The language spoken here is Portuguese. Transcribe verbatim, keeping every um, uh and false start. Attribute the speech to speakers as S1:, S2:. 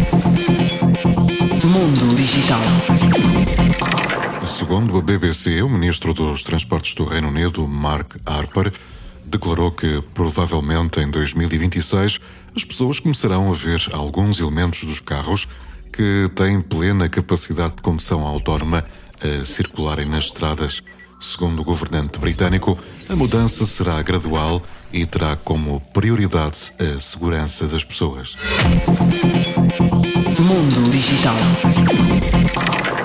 S1: Mundo Digital.
S2: Segundo a B B C, o ministro dos Transportes do Reino Unido, Mark Harper, declarou que, provavelmente em dois mil e vinte e seis, as pessoas começarão a ver alguns elementos dos carros que têm plena capacidade de condução autónoma a circularem nas estradas. Segundo o governante britânico, a mudança será gradual e terá como prioridade a segurança das pessoas.
S1: Mundo Digital.